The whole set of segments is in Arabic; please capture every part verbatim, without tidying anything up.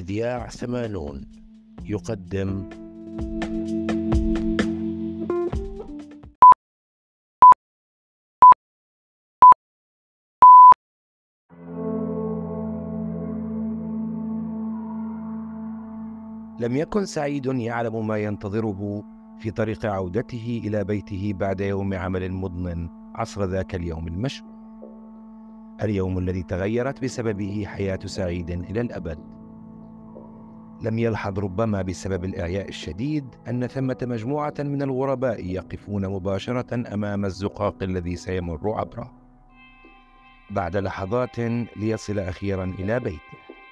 مذياع ثمانون يقدم لم يكن سعيد يعلم ما ينتظره في طريق عودته إلى بيته بعد يوم عمل مضن عصر ذاك اليوم المشؤوم، اليوم الذي تغيرت بسببه حياة سعيد إلى الأبد. لم يلحظ ربما بسبب الإعياء الشديد أن ثمة مجموعة من الغرباء يقفون مباشرة أمام الزقاق الذي سيمر عبره بعد لحظات ليصل أخيرا إلى بيته.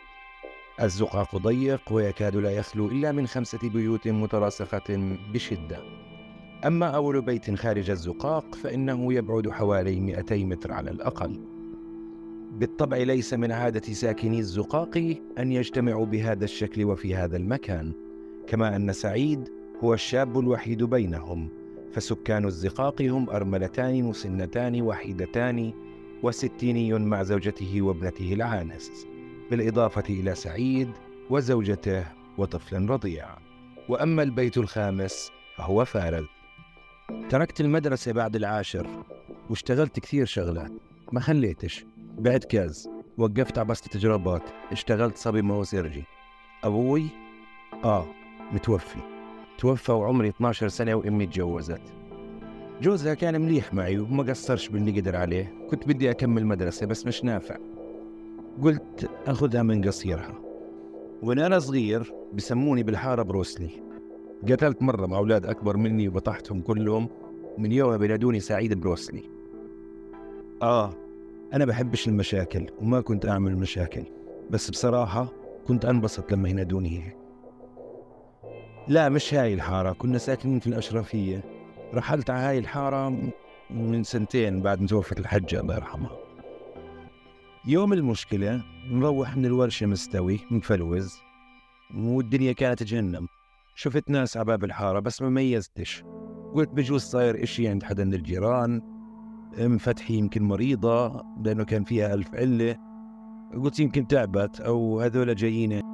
الزقاق ضيق ويكاد لا يخلو إلا من خمسة بيوت متلاصقة بشدة، أما أول بيت خارج الزقاق فإنه يبعد حوالي مئتي متر على الأقل. بالطبع ليس من عادة ساكني الزقاق أن يجتمعوا بهذا الشكل وفي هذا المكان، كما أن سعيد هو الشاب الوحيد بينهم، فسكان الزقاق هم أرملتان مسنتان وحيدتان وستيني مع زوجته وابنته العانس، بالإضافة إلى سعيد وزوجته وطفل رضيع. وأما البيت الخامس فهو فارغ. تركت المدرسة بعد العاشر واشتغلت كثير شغلات، ما خليتش، بعت كاز، وقفت عبست تجربات، اشتغلت صبي موسيرجي. أبوي آه متوفي، توفى وعمري اثناشر سنة وإمي تجوزت. جوزها كان مليح معي وما قصرش باللي قدر عليه، كنت بدي أكمل مدرسة بس مش نافع، قلت أخذها من قصيرها. وأنا صغير بسموني بالحارة بروسلي، قتلت مرة مع أولاد أكبر مني وبطحتهم كلهم، من يوم بينادوني سعيد بروسلي. آه أنا بحبش المشاكل وما كنت أعمل مشاكل، بس بصراحة كنت أنبسط لما ينادوني هيك. لا مش هاي الحارة، كنا ساكنين في الأشرفية، رحلت على هاي الحارة من سنتين بعد ما توفت الحجة الله يرحمها. يوم المشكلة مروح من الورشة مستوي مفلوز والدنيا كانت جهنم، شفت ناس على باب الحارة بس ما ميزتش، قلت بجوز صاير إشي عند حدا من الجيران، أم فتحي يمكن مريضة لأنه كان فيها ألف علة، قلت يمكن تعبت أو هذول جايين